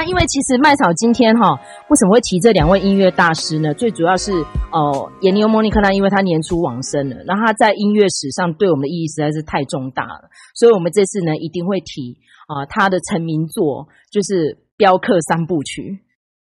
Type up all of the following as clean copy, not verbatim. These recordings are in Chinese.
因为其实麦草今天为什么会提这2位音乐大师呢？最主要是颜尼欧莫妮卡娜，因为他年初往生了，然后他在音乐史上对我们的意义实在是太重大了，所以我们这次呢一定会提他的成名作，就是镖客3部曲。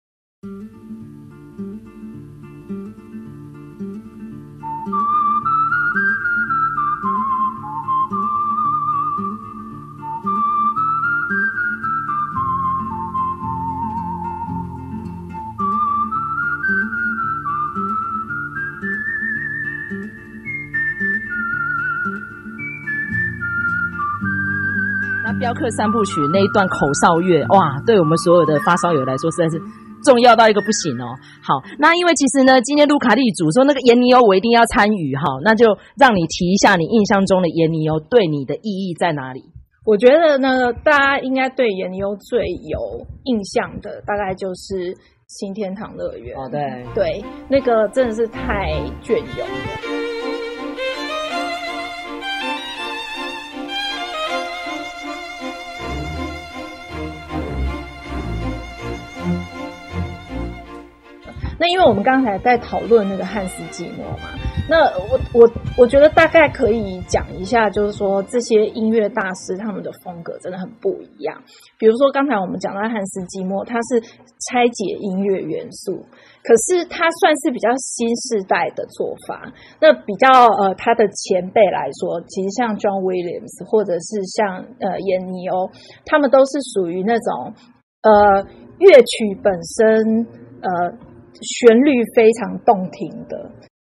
镖客3部曲那一段口哨乐，哇，对我们所有的发烧友来说实在是重要到一个不行哦。好，那因为其实呢，今天卢卡利主说那个颜尼欧我一定要参与，好，那就让你提一下你印象中的颜尼欧对你的意义在哪里？ 我觉得呢，大家应该对颜尼欧最有印象的，大概就是新天堂乐园。 哦，对对，那个真的是太隽永了。那因为我们刚才在讨论那个汉斯季默嘛，那我觉得大概可以讲一下，就是说这些音乐大师他们的风格真的很不一样。比如说刚才我们讲到汉斯季默，他是拆解音乐元素，可是他算是比较新世代的做法。那比较他的前辈来说，其实像 John Williams 或者是像颜尼欧，他们都是属于那种乐曲本身旋律非常动听的。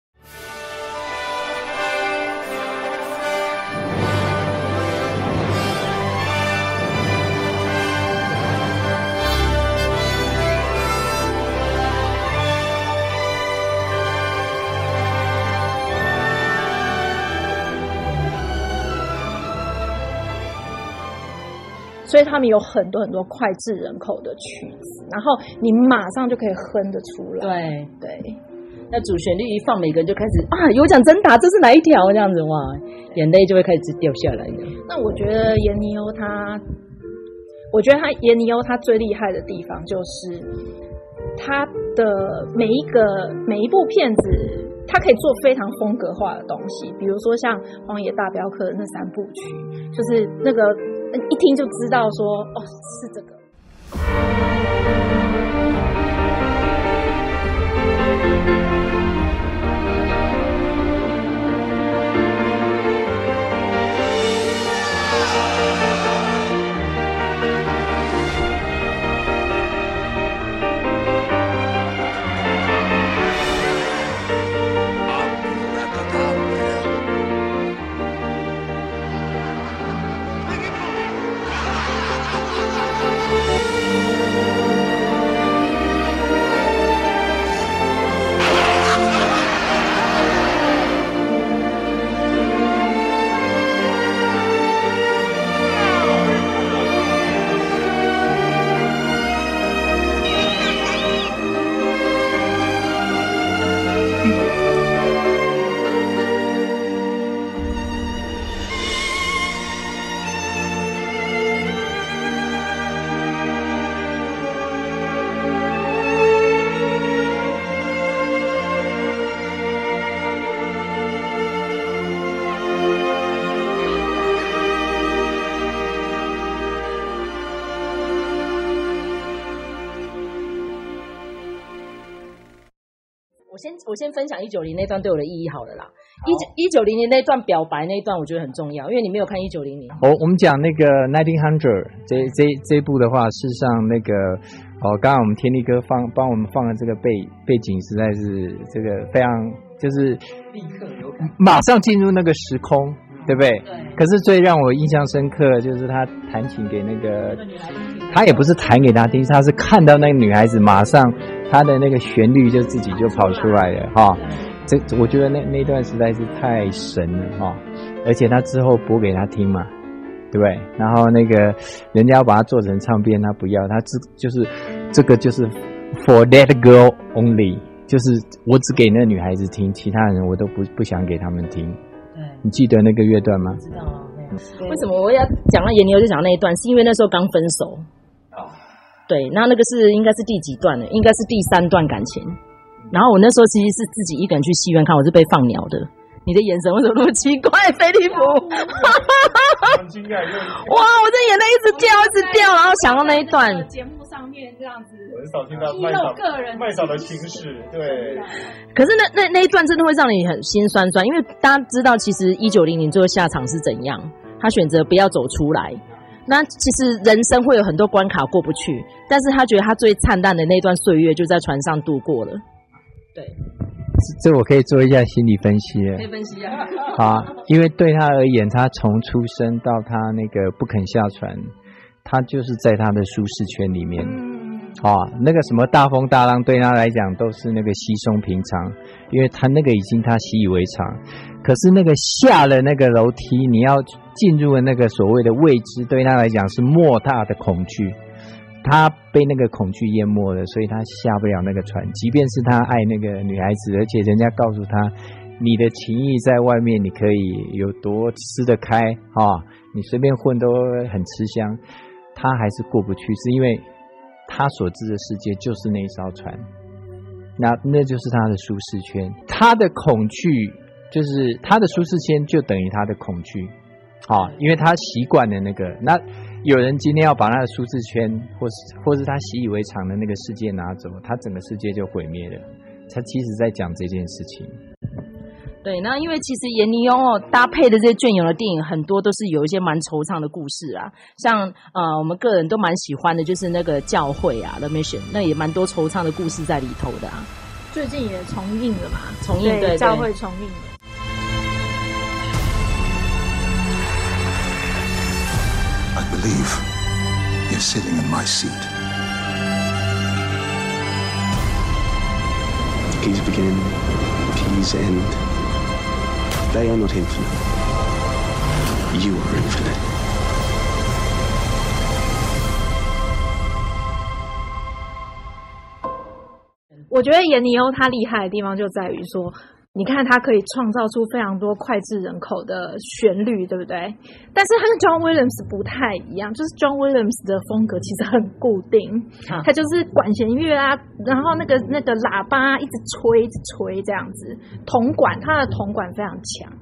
所以他们有很多很多脍炙人口的曲子，然后你马上就可以哼得出来。对， 那主旋律一放，每个人就开始有奖征答，这是哪一条？这样子哇，眼泪就会开始掉下来的。 那我觉得颜尼欧他最厉害的地方就是他的每一部片子，他可以做非常风格化的东西，比如说像《荒野大镖客》的那3部曲，就是那个一听就知道说是这个。 我先分享1900那段对我的意义好了啦。1900那段表白那一段我觉得很重要，因为你没有看1900。 我们讲那个1900这一部的话，事实上那个刚刚我们天力哥帮我们放的这个背景，实在是这个非常就是立刻有感，马上进入那个时空，对不对？对。可是最让我印象深刻就是他弹琴给那个他也不是弹给他听，他是看到那个女孩子，马上他的那个旋律就自己就跑出来了哈。我觉得那段实在是太神了哈，而且他之后播给他听嘛，对不对？然后那个人家要把它做成唱片，他不要，他就是这个就是 for that girl only， 就是我只给那女孩子听，其他人我都不想给他们听。 对， 你记得那个乐段吗？ 知道啊。为什么我要讲到颜尼欧就讲那一段？是因为那时候刚分手。 对，那个是应该是第几段了？应该是第3段感情。然后我那时候其实是自己一个人去戏院看，我是被放鸟的。你的眼神为什么那么奇怪，菲利普？ 很惊讶， 哇！我这眼泪一直掉，一直掉，然后想到那一段节目上面这样子， 我很少听到麦嫂的情史，对。 可是那一段真的会让你很心酸酸，因为大家知道，其实1900最后下场是怎样，他选择不要走出来。那其实人生会有很多关卡过不去，但是他觉得他最灿烂的那段岁月就在船上度过了。对， 这我可以做一下心理分析了。 可以分析啊。 好，因为对他而言，他从出生到他那个不肯下船，他就是在他的舒适圈里面。那个什么大风大浪对他来讲都是那个稀松平常，因为他那个已经他习以为常。可是那个下了那个楼梯，你要进入了那个所谓的未知，对他来讲是莫大的恐惧。他被那个恐惧淹没了，所以他下不了那个船。即便是他爱那个女孩子，而且人家告诉他，你的情谊在外面，你可以有多吃得开你随便混都很吃香，他还是过不去，是因为他所知的世界就是那一艘船，那就是他的舒适圈，他的恐惧就是他的舒适圈就等于他的恐惧因为他习惯了那个。那有人今天要把他的舒适圈或是他习以为常的那个世界拿走，他整个世界就毁灭了。他其实在讲这件事情。 对，那因为其实严尼翁搭配的这些隽永的电影很多都是有一些蛮惆怅的故事啊，像我们个人都蛮喜欢的就是那个教会啊 The Mission， 那也蛮多惆怅的故事在里头的啊。 最近也重映了嘛， 重映对教会重映了。 I believe you're sitting in my seat. Please begin, please end. They are not infinite. You are infinite. 我觉得严尼欧他厉害的地方就在于说，你看他可以创造出非常多脍炙人口的旋律，对不对？但是他跟 John Williams 不太一样，就是 John Williams 的风格其实很固定，他就是管弦乐啊，然后那个喇叭一直吹一直吹这样子，铜管他的铜管非常强。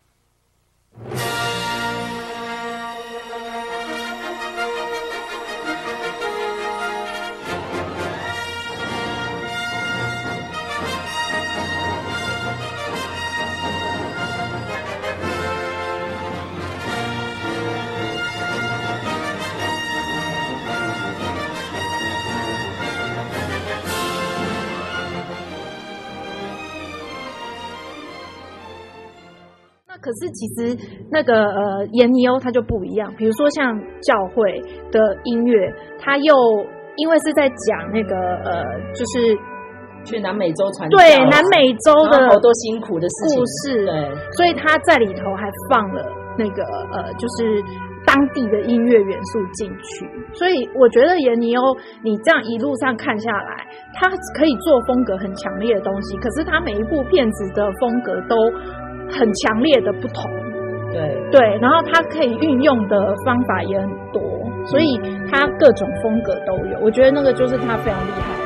可是其实那个严尼欧他就不一样，比如说像教会的音乐，他又因为是在讲那个就是去南美洲传教， 对南美洲的好多辛苦的事情故事， 对， 所以他在里头还放了那个就是当地的音乐元素进去，所以我觉得严尼欧你这样一路上看下来，他可以做风格很强烈的东西，可是他每一部片子的风格都很强烈的不同，对，然后他可以运用的方法也很多，所以他各种风格都有，我觉得那个就是他非常厉害的。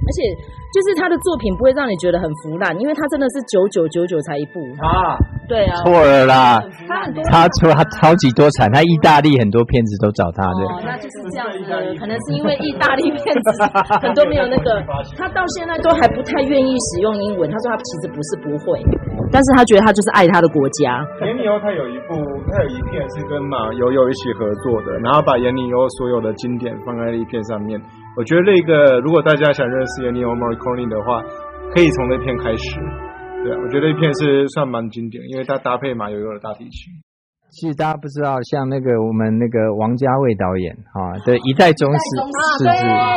而且就是他的作品不会让你觉得很腐烂，因为他真的是9999才一部啊。 对啊， 错了啦，他超级多产，他意大利很多片子都找他的。 哦，那就是这样子的，可能是因为意大利片子很多没有那个，他到现在都还不太愿意使用英文。他说他其实不是不会，但是他觉得他就是爱他的国家。 严尼欧他有一片是跟马友友一起合作的，然后把严尼欧所有的经典放在一片上面。我觉得那个如果大家想认识严尼欧 Morricone 的话，可以从那片开始。对啊，我觉得那片是算蛮经典，因为它搭配马友友的大提琴。 其实大家不知道，像那个我们那个王家卫导演的一代宗师，是，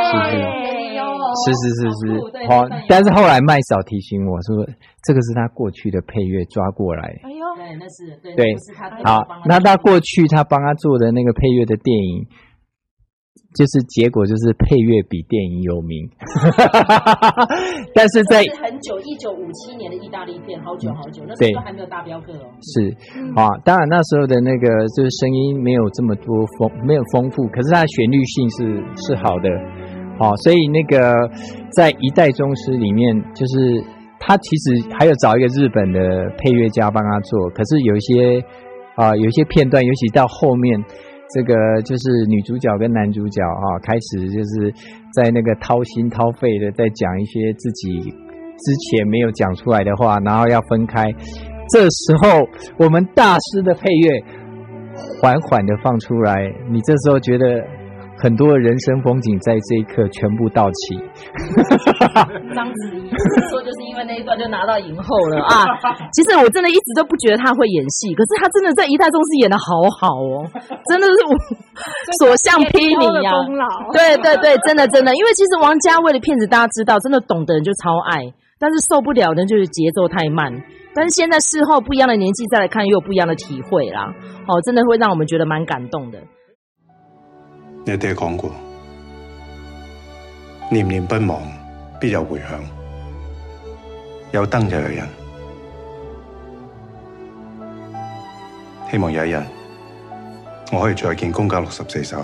但是后来麦嫂提醒我说，这个是他过去的配乐抓过来。 哎呦， 对，那是对， 对， 不是他好，那他过去他帮他做的那个配乐的电影。就是结果就是配乐比电影有名，但是在很久1957年的意大利片，好久，那时候还没有大镖客哦。 是啊，当然那时候的那个就是声音没有这么多没有丰富，可是它的旋律性是好的，所以那个在一代宗师里面，就是他其实还有找一个日本的配乐家帮他做，可是有一些片段，尤其到后面。这个就是女主角跟男主角开始就是在那个掏心掏肺的在讲一些自己之前没有讲出来的话，然后要分开。这时候我们大师的配乐缓缓的放出来，你这时候觉得很多的人生风景在这一刻全部到齐。 章子怡说就是因为那一段就拿到影后了啊！其实我真的一直都不觉得他会演戏，可是他真的在《一代宗师》演得好好哦，真的是所向披靡呀！对，真的，因为其实王家卫的片子大家知道，真的懂的人就超爱，但是受不了的就是节奏太慢。但是现在事后不一样的年纪再来看，又有不一样的体会啦。真的会让我们觉得蛮感動的。 你爹講過，念念不忘，必有回響。有燈就有人，希望有一日，我可以再見公家64手。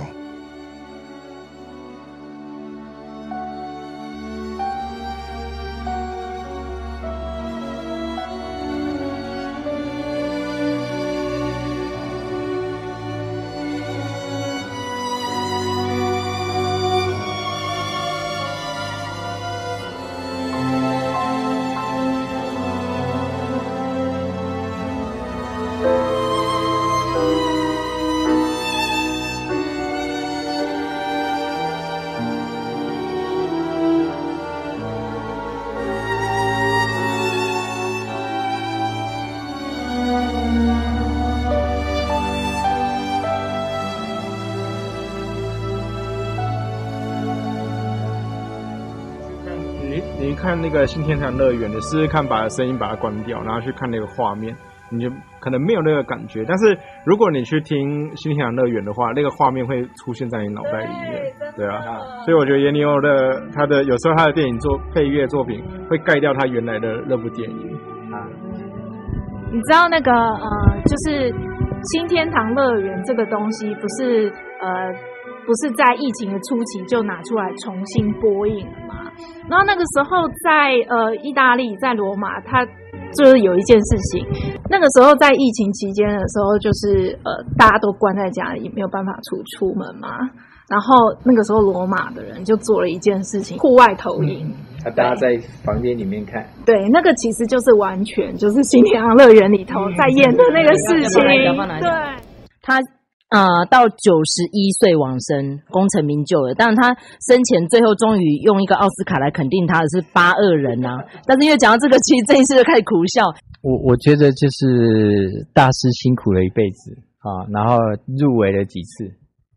你看那个新天堂乐园，你试试看把声音把它关掉，然后去看那个画面，你就可能没有那个感觉。但是如果你去听新天堂乐园的话，那个画面会出现在你脑袋里面，对啊。所以我觉得严尼欧的他的有时候他的电影配乐作品会盖掉他原来的那部电影啊。 你知道那个就是新天堂乐园这个东西不是在疫情的初期就拿出来重新播映了吗？然后那个时候在意大利，在罗马，它就是有一件事情，那个时候在疫情期间的时候，就是大家都关在家里，没有办法出门嘛。然后那个时候罗马的人就做了一件事情，户外投影。 大家在房间里面看。 对，那个其实就是完全就是新天堂乐园里头在演的那个事情。对， 他到91岁往生，功成名就了。当然，他生前最后终于用一个奥斯卡来肯定他的是82人啊。但是因为讲到这个，其实这一次就开始苦笑。 我觉得就是大师辛苦了一辈子啊，然后入围了几次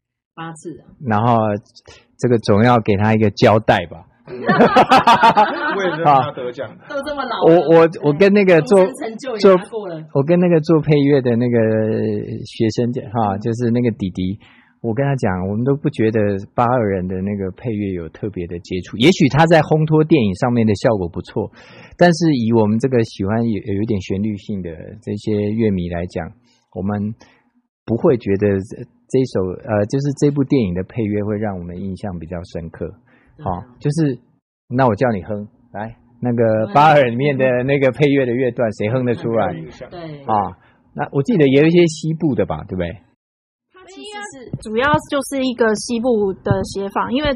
，8次啊。 然后这个总要给他一个交代吧。 为了让他得奖， 都这么老。 我跟那个做我跟那个做配乐的那个学生就是那个弟弟，我跟他讲，我们都不觉得82人的那个配乐有特别的接触，也许他在烘托电影上面的效果不错，但是以我们这个喜欢有一点旋律性的这些乐迷来讲，我们不会觉得这首就是这部电影的配乐会让我们印象比较深刻。就是那我叫你哼，来那个巴尔里面的那个配乐的乐段，谁哼得出来？ 对啊，那我记得也有一些西部的吧，对不对？ 它其实是主要就是一个西部的写法，因为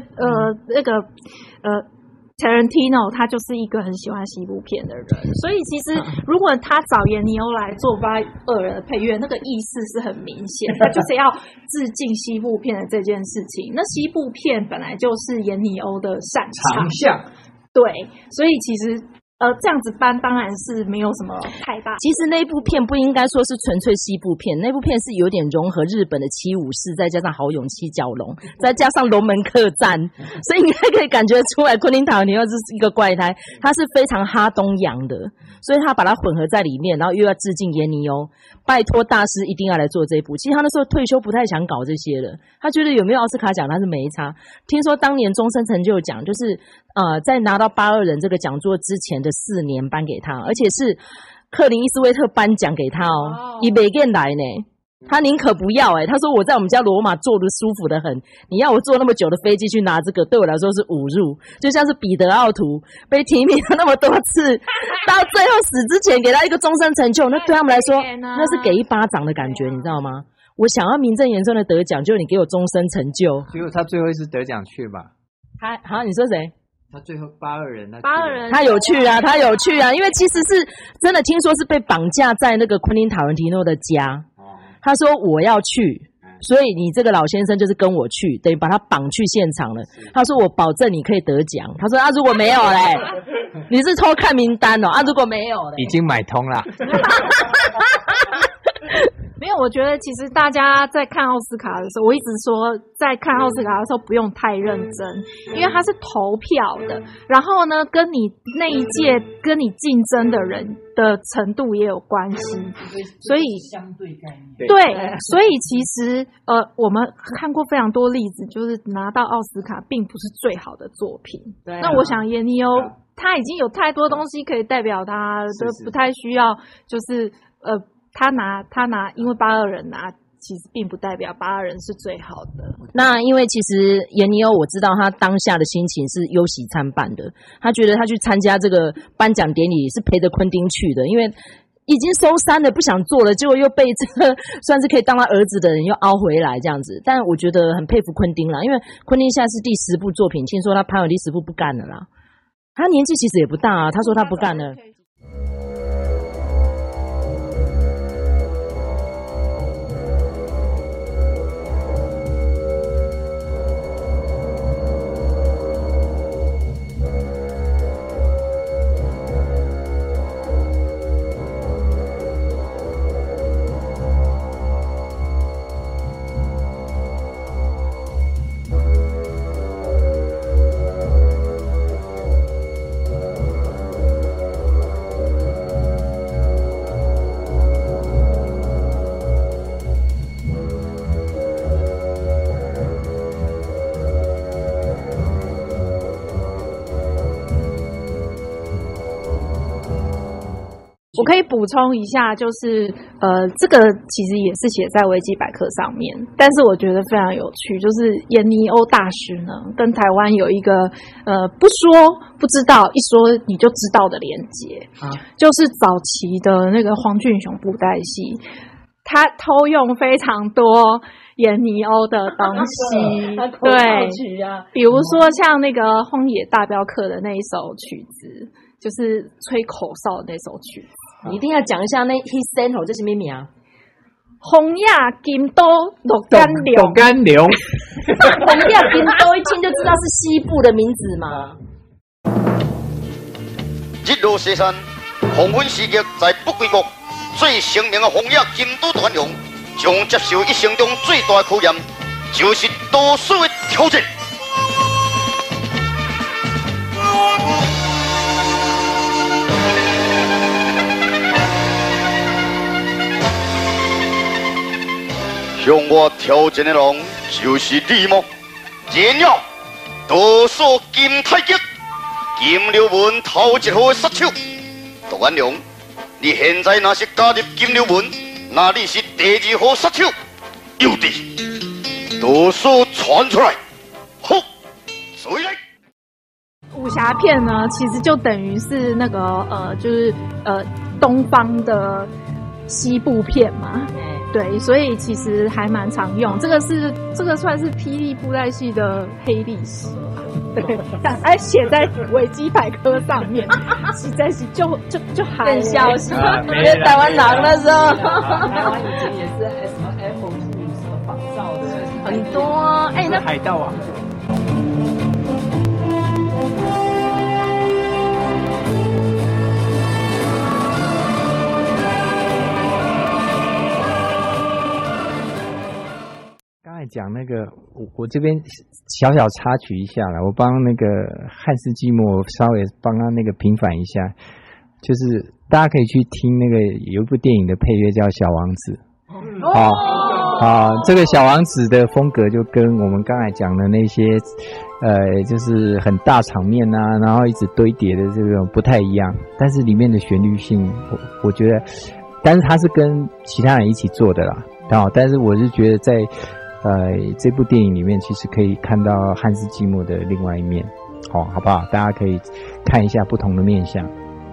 Tarantino 他就是一个很喜欢西部片的人，所以其实如果他找严尼欧来做巴尔人的配乐，那个意思是很明显，他就是要致敬西部片的这件事情。那西部片本来就是严尼欧的擅长项， 对，所以其实这样子搬当然是没有什么太大。 其实那部片不应该说是纯粹西部片，那部片是有点融合日本的七武士，再加上豪勇七蛟龙，再加上龙门客栈，所以应该可以感觉出来，昆汀塔伦蒂诺是一个怪胎，他是非常哈东洋的，所以他把它混合在里面，然后又要致敬耶尼欧，拜托大师一定要来做这一部。其实他那时候退休不太想搞这些了，他觉得有没有奥斯卡奖他是没差。听说当年终身成就奖就是在拿到巴尔人这个讲座之前的4年颁给他，而且是克林伊斯威特颁奖给他哦，以没给来呢，他宁可不要他说我在我们家罗马坐得舒服得很，你要我坐那么久的飞机去拿这个，对我来说是侮辱，就像是彼得奥图被提名了那么多次，到最后死之前给他一个终身成就，那对他们来说那是给一巴掌的感觉，你知道吗？我想要名正言顺的得奖，就你给我终身成就， 结果他最后一次得奖去吧？ 你说谁？ 他最后巴尔人他有去啊，他有去啊，因为其实是真的听说是被绑架在那个昆汀塔伦提诺的家，他说我要去，所以你这个老先生就是跟我去，等于把他绑去现场了。他说我保证你可以得奖，他说如果没有嘞，你是偷看名单哦，如果没有嘞， 已经买通了。 没有，我觉得其实大家在看奥斯卡的时候，我一直说在看奥斯卡的时候不用太认真，因为它是投票的，然后呢跟你那一届跟你竞争的人的程度也有关系，所以相对概念对，所以其实我们看过非常多例子，就是拿到奥斯卡并不是最好的作品。 对那我想耶尼欧他已经有太多东西可以代表他，就不太需要就是他拿，因为巴尔人拿，其实并不代表巴尔人是最好的。 那因为其实严尼欧我知道他当下的心情是忧喜参半的，他觉得他去参加这个颁奖典礼是陪着昆汀去的，因为已经收山了，不想做了，结果又被这个算是可以当他儿子的人又凹回来这样子。但我觉得很佩服昆汀啦，因为昆汀现在是第10部作品，听说他拍完第10部不干了啦。他年纪其实也不大啊，他说他不干了。 我可以补充一下，就是这个其实也是写在维基百科上面，但是我觉得非常有趣，就是严尼欧大师呢跟台湾有一个不说不知道，一说你就知道的连结就是早期的那个黄俊雄布袋戏，他偷用非常多严尼欧的东西，对，比如说像那个《荒野大镖客》的那一首曲子，就是吹口哨的那首曲子。 你一定要讲一下那 His Central 这是什么名啊？ 红亚金都鹿干流， 鹿干流， 红亚金都一听就知道是西部的名字嘛。 日落西山，黄昏时节在不归国，最成名的红亚金都团长将接受一生中最大的考验，就是多数的挑战。向我挑战的人就是李牧、颜耀、多数金太极、金流文头一号的杀手。杜元良，你现在若是加入金流文，那你是第2号杀手。有的，多数传出来，好，谁来？ 武侠片呢，其实就等于是那个就是东方的西部片嘛。对，所以其实还蛮常用。这个算是霹雳布袋戏的黑历史。对，还写在维基百科上面，实在是就还消息，因为台湾狼那时候， 台湾以前也是什么 F2什么仿造的很多啊，那海盗王。刚才讲那个，我这边小小插曲一下啦，我帮那个汉斯季默稍微帮他那个平反一下，就是大家可以去听那个有一部电影的配乐叫《小王子》。这个小王子的风格就跟我们刚才讲的那些就是很大场面啊，然后一直堆叠的这种不太一样，但是里面的旋律性我觉得，但是他是跟其他人一起做的啦，但是我是觉得在这部电影里面其实可以看到汉斯季默的另外一面，好不好？大家可以看一下不同的面向。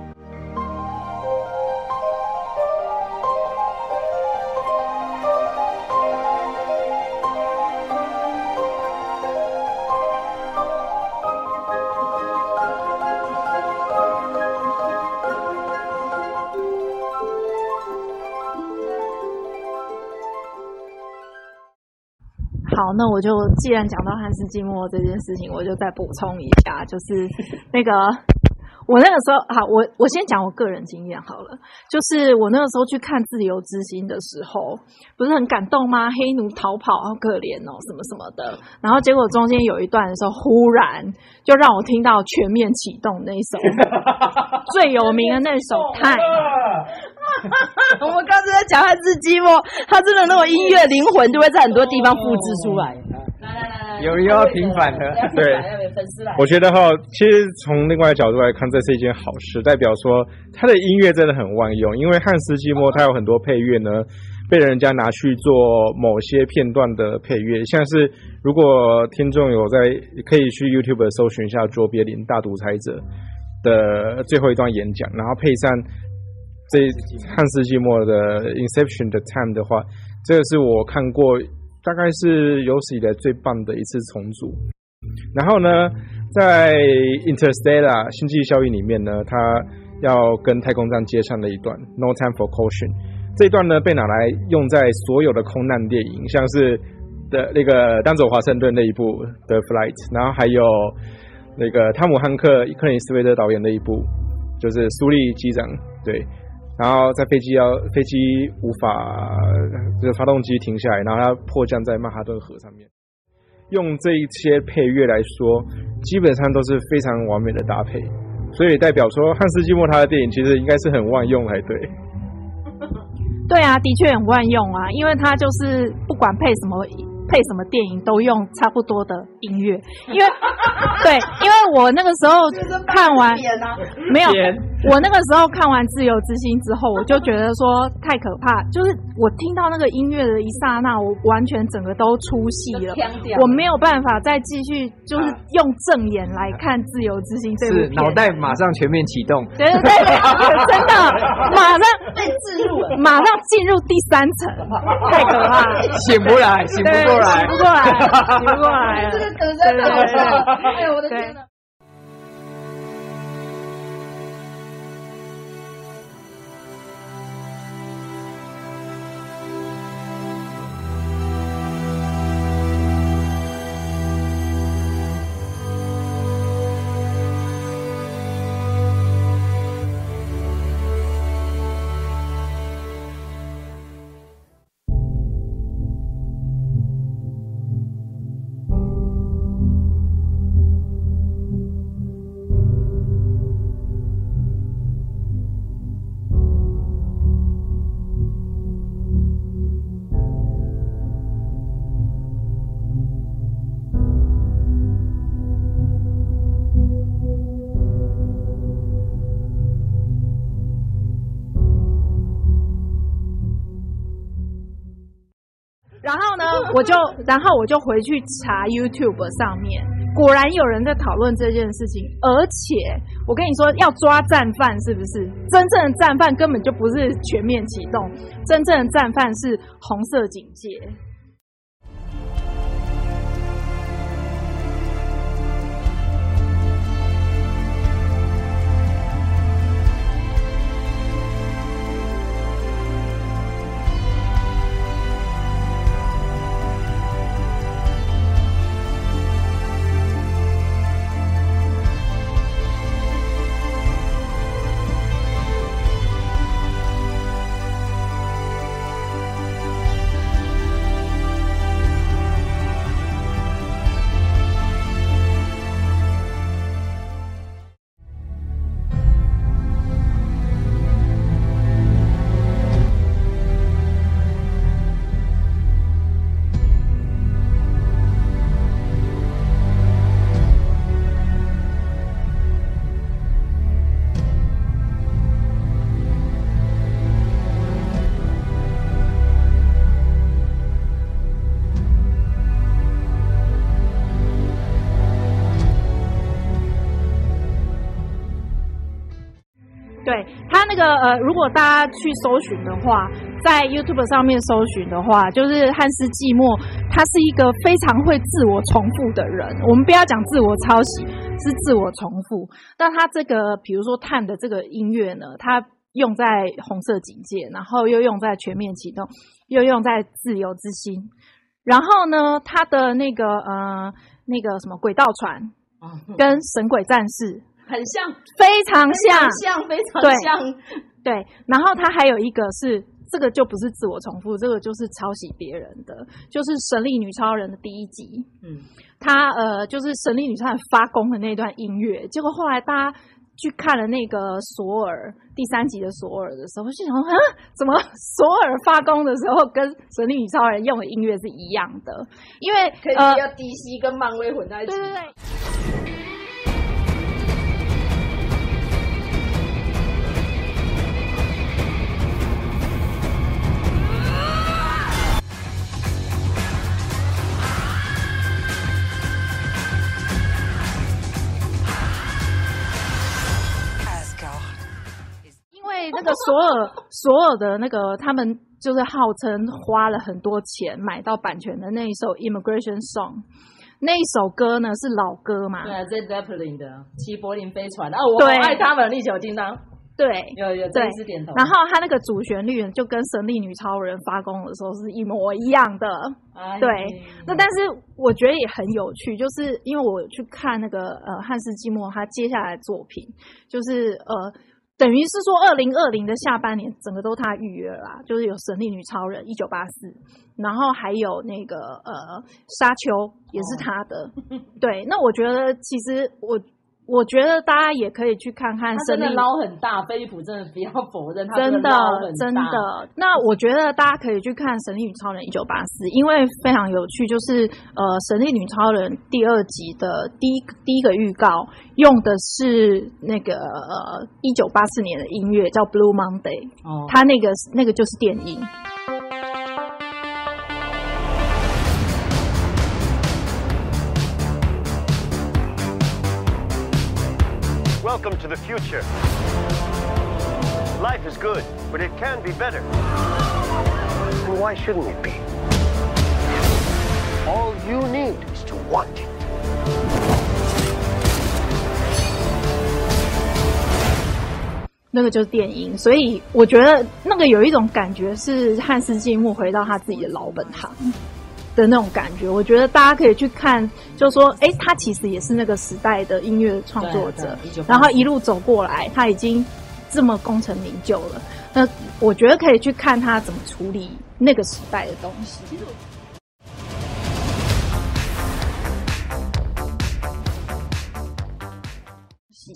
好，那我就既然讲到汉斯季默这件事情，我就再补充一下，就是那个我那个时候，好，我先讲我个人经验好了，就是我那个时候去看《自由之心》的时候，不是很感动吗？黑奴逃跑，好可怜哦，什么什么的。然后结果中间有一段的时候，忽然就让我听到《全面启动》那一首最有名的那首《太》。 我们刚才在讲汉斯季默，他真的那种音乐灵魂就会在很多地方复制出来。来， 有人要平反的， 对，我觉得其实从另外的角度来看，这是一件好事，代表说他的音乐真的很万用。因为汉斯季默他有很多配乐呢，被人家拿去做某些片段的配乐，像是如果听众有可以去 YouTube 搜寻一下卓别林大独裁者的最后一段演讲，然后配上这汉斯季默的 Inception 的 Time 的话，这个是我看过大概是有史以来最棒的一次重组。然后呢，在 Interstellar 星际效应里面呢，他要跟太空站接上的一段 No Time for Caution， 这一段呢被拿来用在所有的空难电影，像是的那个丹佐华盛顿那一部的 Flight， 然后还有那个汤姆汉克克林斯威特导演的一部就是苏利机长，对。然后在飞机无法就是发动机停下来，然后它迫降在曼哈顿河上面，用这一些配乐来说，基本上都是非常完美的搭配，所以代表说汉斯季默他的电影其实应该是很万用才对。 对啊，的确很万用啊，因为他就是不管配什么电影都用差不多的音乐，因为对，因为我那个时候看完没有，我那个时候看完《自由之心》之后，我就觉得说太可怕，就是我听到那个音乐的一刹那，我完全整个都出戏了，我没有办法再继续就是用正眼来看《自由之心》这部片， 是脑袋马上全面启动， 对，真的马上被置入了，马上进入第3层，太可怕了， 醒不过来。 醒不过来了，这个梗真的好笑！哎呦，我的天哪！然后我就回去查 YouTube 上面果然有人在讨论这件事情，而且我跟你说，要抓战犯是不是？真正的战犯根本就不是全面启动，真正的战犯是红色警戒。对他那个如果大家去搜寻的话，在 YouTube 上面搜寻的话，就是汉斯季默，他是一个非常会自我重复的人。我们不要讲自我抄袭，是自我重复。但他这个比如说探的这个音乐呢，他用在红色警戒，然后又用在全面启动，又用在自由之心。然后呢，他的那个什么轨道船跟神鬼战士。 很像， 非常像， 非常像。 对，然后它还有一个是，这个就不是自我重复，这个就是抄袭别人的，就是《神力女超人》的第1集。它就是神力女超人发功的那段音乐，结果后来大家去看了那个索尔第3集的索尔的时候，就想说，怎么索尔发功的时候跟神力女超人用的音乐是一样的？因为可以不要 DC 跟漫威混在一起。 对。那个所有的那个他们就是号称花了很多钱买到版权的那一首 Immigration Song， 那一首歌呢是老歌嘛？ 对啊 ，Led Zeppelin 的齐柏林飞船，我好爱他们，力求叮当。 对， 有这一次点头。 然后他那个主旋律就跟神力女超人发功的时候是一模一样的。对，那但是我觉得也很有趣，就是因为我去看那个汉斯季默他接下来的作品，就是等于是说2020的下半年整个都他预约了啦，就是有神力女超人1984，然后还有那个沙丘也是他的。对，那我觉得其实我觉得大家也可以去看看神力， 他真的捞很大，飞利浦真的不要否认，他真的捞很大真的。那我觉得大家可以去看《神力女超人1984》，因为非常有趣，就是《神力女超人》第2集的第一个预告用的是那个1984年的音乐，叫 Blue Monday，它那个就是电音。 Welcome to the future. Life is good, but it can be better. And why shouldn't it be? All you need is to want it. 那个就是电音，所以我觉得那个有一种感觉是汉斯季默回到他自己的老本行的那种感觉，我觉得大家可以去看，就是说，他其实也是那个时代的音乐创作者，然后一路走过来，他已经这么功成名就了。那我觉得可以去看他怎么处理那个时代的东西。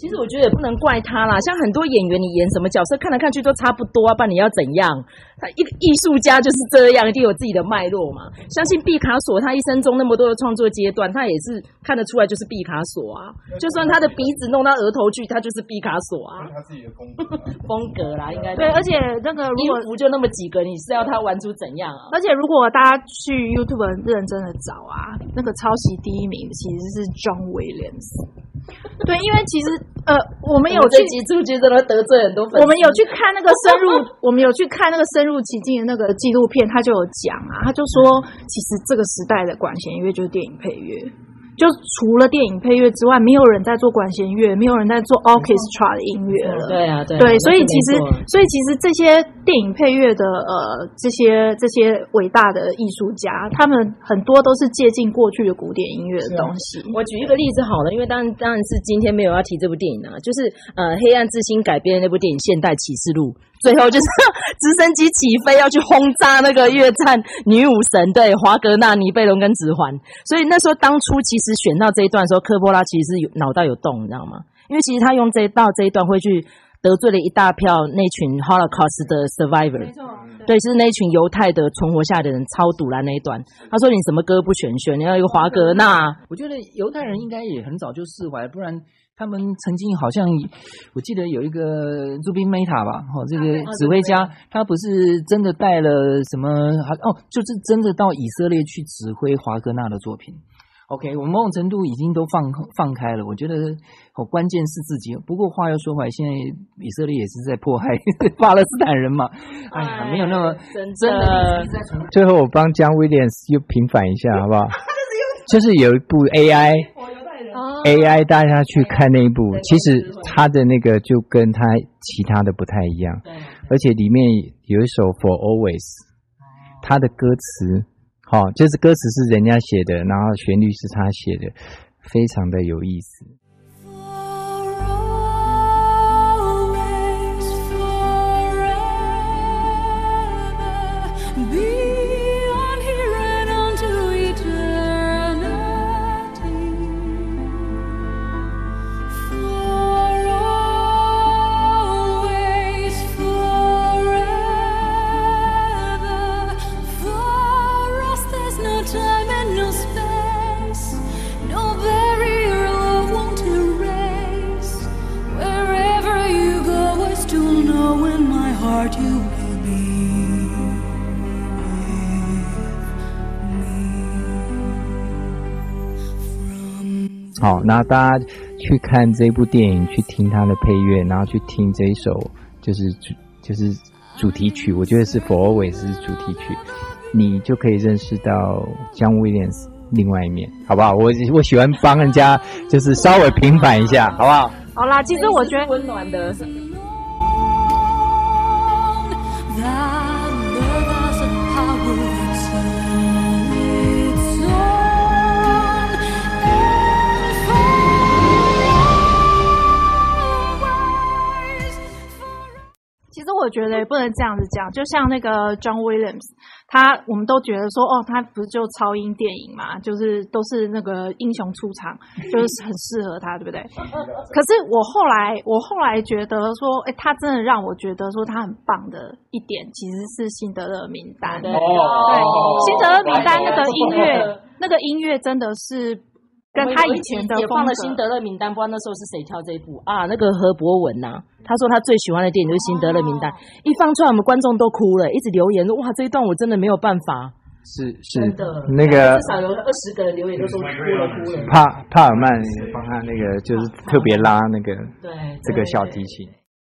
其实我觉得也不能怪他啦，像很多演员，你演什么角色看来看去都差不多啊，不然你要怎样？他一个艺术家就是这样，一定有自己的脉络嘛。相信毕卡索他一生中那么多的创作阶段，他也是看得出来就是毕卡索啊。就算他的鼻子弄到额头去，他就是毕卡索啊。 他自己的风格啦，应该对。而且那个如果衣服就那么几个，你是要他玩出怎样啊？ 而且如果大家去 YouTube 认真的找啊，那个抄袭第一名其实是 John Williams。对，因为其实我们有去几出去真的得罪很多粉丝。 我们有去看那个深入其境的那个纪录片，他就有讲啊，他就说其实这个时代的管弦乐就是电影配乐。就除了电影配乐之外，没有人在做管弦乐，没有人在做 orchestra 的音乐了。 对啊，对。 对，所以其实这些电影配乐的这些伟大的艺术家，他们很多都是借鉴过去的古典音乐的东西。 我举一个例子好了，因为当然是今天没有要提这部电影啊，就是黑暗之心改编的那部电影《现代启示录》。最后就是直升机起飞要去轰炸那个越战女武神，对，华格纳、尼贝龙跟指环。所以那时候当初其实选到这一段的时候，科波拉其实是脑袋有洞，你知道吗？因为其实他用这一段会去得罪了一大票那群 Holocaust 的 survivor， 对，是那群犹太的存活下来的人超堵拦那一段。他说你什么歌不选，你要一个华格纳。 我觉得犹太人应该也很早就释怀，不然他们曾经好像，我记得有一个 Zubin Mehta 吧，这个指挥家，他不是真的带了什么，就是真的到以色列去指挥华格纳的作品。OK， 我们某种程度已经都放开了，我觉得关键是自己。不过话又说回来，现在以色列也是在迫害巴勒斯坦人嘛，哎呀，没有那么真的。 最后我帮江 Williams 又平反一下，好不好？就是有一部 AI 大家去看那一部，其实他的那个就跟他其他的不太一样，而且里面有一首 For Always， 他的歌词。就是歌词是人家写的，然后旋律是他写的，非常的有意思。好，那大家去看这部电影，去听它的配乐，然后去听这一首就是主题曲，我觉得是 For Always 是主题曲，你就可以认识到John Williams另外一面，好不好？我喜欢帮人家就是稍微平反一下，好不好？ 好啦，其实我觉得温暖的。 其实我觉得也不能这样子讲，就像那个 John Williams， 我们都觉得说，他不是就超英电影嘛，就是都是那个英雄出场，就是很适合他，对不对？可是我后来觉得说，他真的让我觉得说他很棒的一点，其实是辛德勒名单。对，辛德勒名单那个音乐真的是。跟他以前的也放了辛德勒名单，不知道那时候是谁挑这一部啊？那个何博文呐，他说他最喜欢的电影就是辛德勒名单，一放出来我们观众都哭了，一直留言说哇这一段我真的没有办法。 是真的， 那个至少有20个人留言都说哭了。 帕尔曼帮他那个就是特别拉那个对这个小提琴。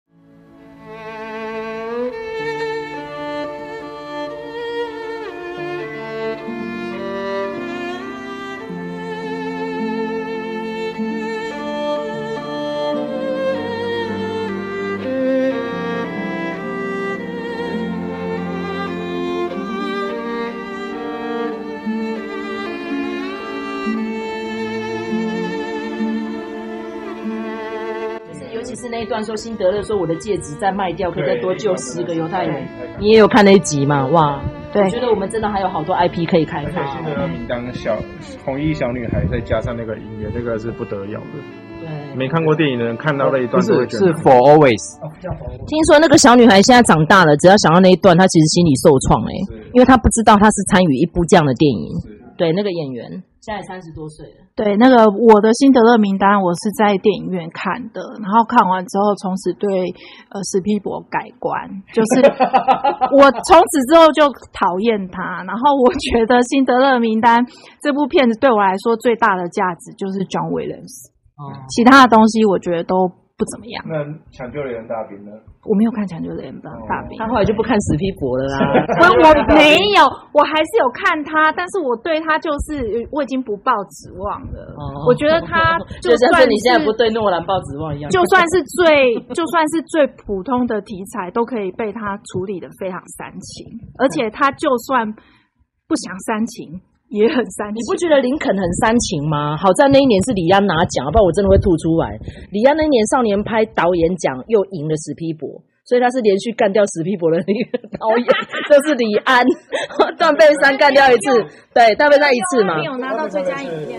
那一段说辛德勒说我的戒指再卖掉可以再多救10个犹太人，你也有看那一集吗？哇， 对， 我觉得我们真的还有好多 IP 可以开发。 辛德勒名单红衣小女孩再加上那个音乐，这个是不得了的。 对， 没看过电影的人看到那一段都会觉得是 For Always。 听说那个小女孩现在长大了，只要想到那一段，她其实心里受创因为她不知道她是参与一部这样的电影。对，那个演员现在30多岁了。 对，那个我的辛德勒名单，我是在电影院看的，然后看完之后，从此对史匹柏改观，就是我从此之后就讨厌他。然后我觉得辛德勒名单这部片子对我来说最大的价值就是 John Williams，其他的东西我觉得都不怎么样。 那抢救雷恩大兵呢？ 我没有看抢救雷恩大兵， 他后来就不看史匹柏了啦。 我没有，我还是有看他，但是我对他就是我已经不抱指望了。我觉得他就算是你现在不对诺兰抱指望一样， 就算是最普通的题材，都可以被他处理得非常煽情，而且他就算不想煽情。也很煽情， 你不觉得林肯很煽情吗？好在那一年是李安拿奖，不然我真的会吐出来。李安那一年少年拍导演奖又赢了史匹柏，所以他是连续干掉史匹柏的那个导演，就是李安，断背山干掉一次，对，断背山一次嘛， 没有拿到最佳影片。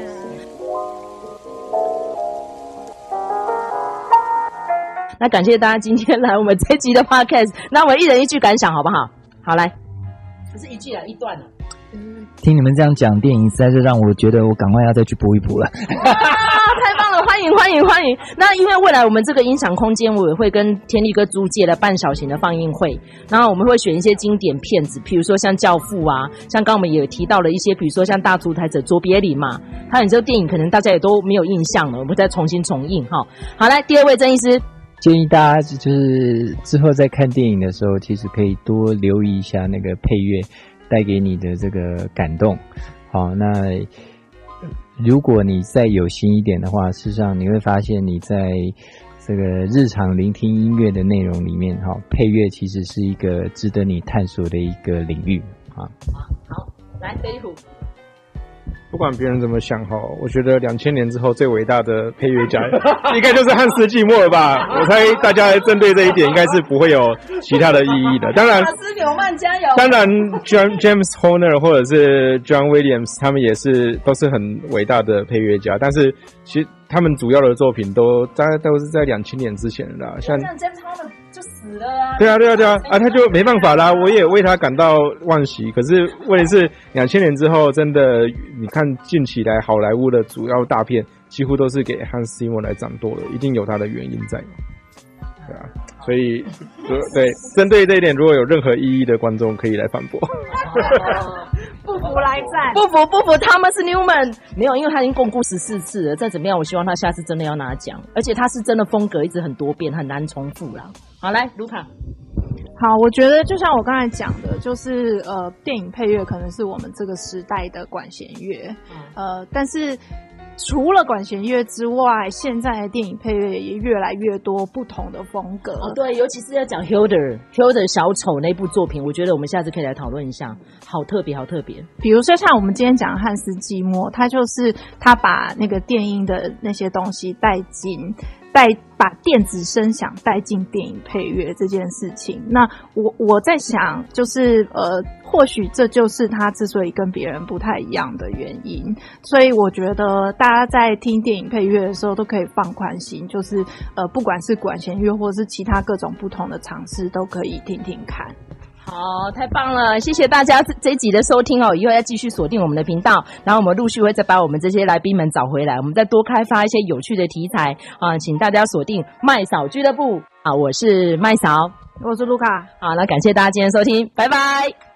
那感谢大家今天来我们这一集的 podcast， 那我们一人一句感想好不好？好，来，不是一句啦，一段了。 听你们这样讲电影，实在是让我觉得我赶快要再去补一补了。 太棒了，欢迎！那因为未来我们这个音响空间，我也会跟天力哥租借了半小型的放映会，然后我们会选一些经典片子，比如说像《教父》啊，像刚刚我们也有提到了一些，比如说像《大独裁者卓别林》嘛，还有你这个电影可能大家也都没有印象了，我们再重新重映哈。好，来第二位曾医师。 建议大家就是之后在看电影的时候，其实可以多留意一下那个配乐带给你的这个感动。好，那如果你再有心一点的话，事实上你会发现你在这个日常聆听音乐的内容里面，配乐其实是一个值得你探索的一个领域啊。 好，来飞虎。 不管别人怎么想我觉得2000年之后最伟大的配乐家应该就是汉斯季默了吧？我猜大家针对这一点应该是不会有其他的意义的。当然， 马斯纽曼加油！ 当然 James Horner 或者是 John Williams 他们都是很伟大的配乐家，但是其实他们主要的作品大概都是在2000年之前的啦。像 James Horner 就死了啊！ 对啊，他就没办法啦，我也为他感到惋惜。可是问题是2000年之后，真的你看近期来好莱坞的主要大片，几乎都是给汉斯季默来掌舵了，一定有他的原因在嘛。对啊，所以对针对这一点，如果有任何异议的观众，可以来反驳。 不服来战， 不服，Thomas Newman 没有，因为他已经共估14次了。再怎么样，我希望他下次真的要拿奖，而且他是真的风格一直很多变，很难重复啦。好，来卢卡。 好，我觉得就像我刚才讲的，就是电影配乐可能是我们这个时代的管弦乐，但是除了管弦乐之外，现在的电影配乐也越来越多不同的风格。 对，尤其是要讲 Hilder 小丑那部作品，我觉得我们下次可以来讨论一下，好特别。 比如说像我们今天讲的汉斯季默，他把那个电音的那些东西把电子声响带进电影配乐这件事情，那我在想，就是或许这就是他之所以跟别人不太一样的原因。所以我觉得大家在听电影配乐的时候都可以放宽心，就是不管是管弦乐或是其他各种不同的尝试，都可以听听看。 好，太棒了！谢谢大家这一集的收听以后要继续锁定我们的频道，然后我们陆续会再把我们这些来宾们找回来，我们再多开发一些有趣的题材请大家锁定麦嫂俱乐部我是麦嫂， 我是卢卡。 好，那感谢大家今天收听，拜拜。